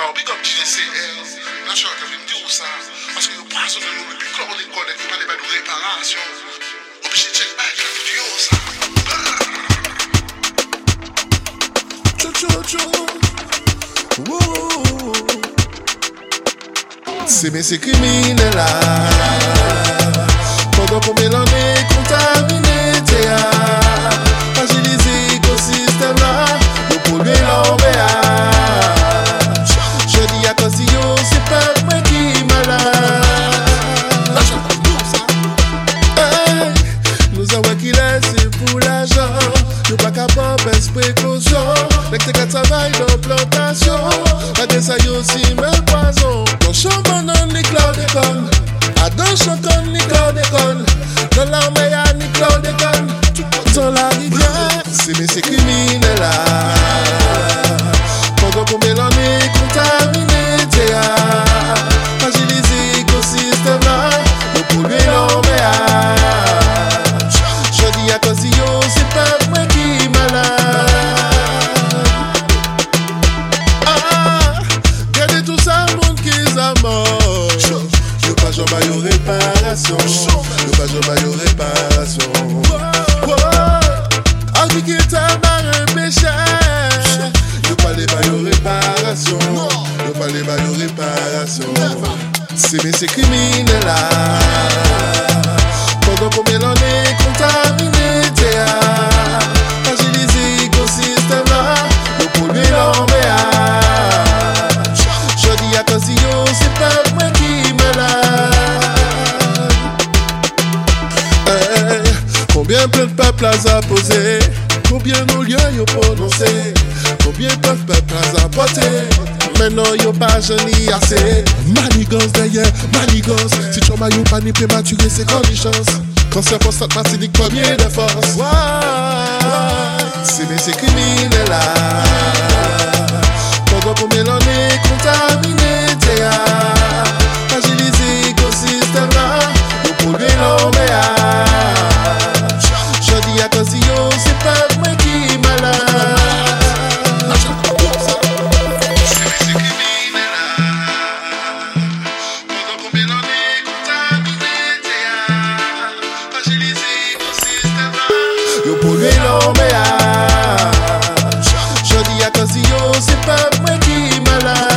Non, big up JCL. Là, je suis en train de me dire ça. Parce que nous passons de nous depuis quand on est connecté, on parle de réparation. Obligé de check back la vidéo, ça. C'est mais c'est criminel là. Pendant combien d'années contaminé Théa, fragiliser l'écosystème là, nous polluer l'embéage. Je dis à cause yo, c'est pas moi qui malade. Hey, nous avons qui laisse pour l'argent. Nous pas capable de précaution. Dès que tu travailles dans plantation, malgré ça y aussi même poison. Dans chambre non ni chlordécone, à dans chanton ni chlordécone, dans l'armée y'a ni chlordécone. Dans la rivière, c'est mais c'est criminel là. Pendant combien d'années contaminé Théa, fragiliser l'écosystème là, nous polluer l'embéage. Je dis à cause yo, c'est pas moi qui malade. Regardez tout ça, monde qui est mort. Je pas jamais y réparation. Je pas jamais y réparation. Avec qui t'a marre péché. Je pas les bails réparation. Je pas les bails réparation. C'est mais c'est criminel là. Pendant combien d'années contaminé Théa, fragiliser l'écosystème là, nous polluer l'embéage. Je dis à cause yo, c'est pas moi qui malade. Hey, combien plein de peuples à poser, combien nos lieux yo prononcé, combien de peuples à porter. Maintenant yo pas jeunie assez. Manigance derrière, manigance. Si tu m'as yo pas ni prématuré, c'est qu'on y chance. Cancer prostate massinique, combien de force. C'est mais c'est criminel là. Pendant combien d'années contaminé Théa, fragiliser l'écosystème là, nous polluer l'embéage. Je dis à cause yo, c'est pas moi qui malade. Yo polluer l'embéage. Je dis à cause yo, c'est pas moi qui malade.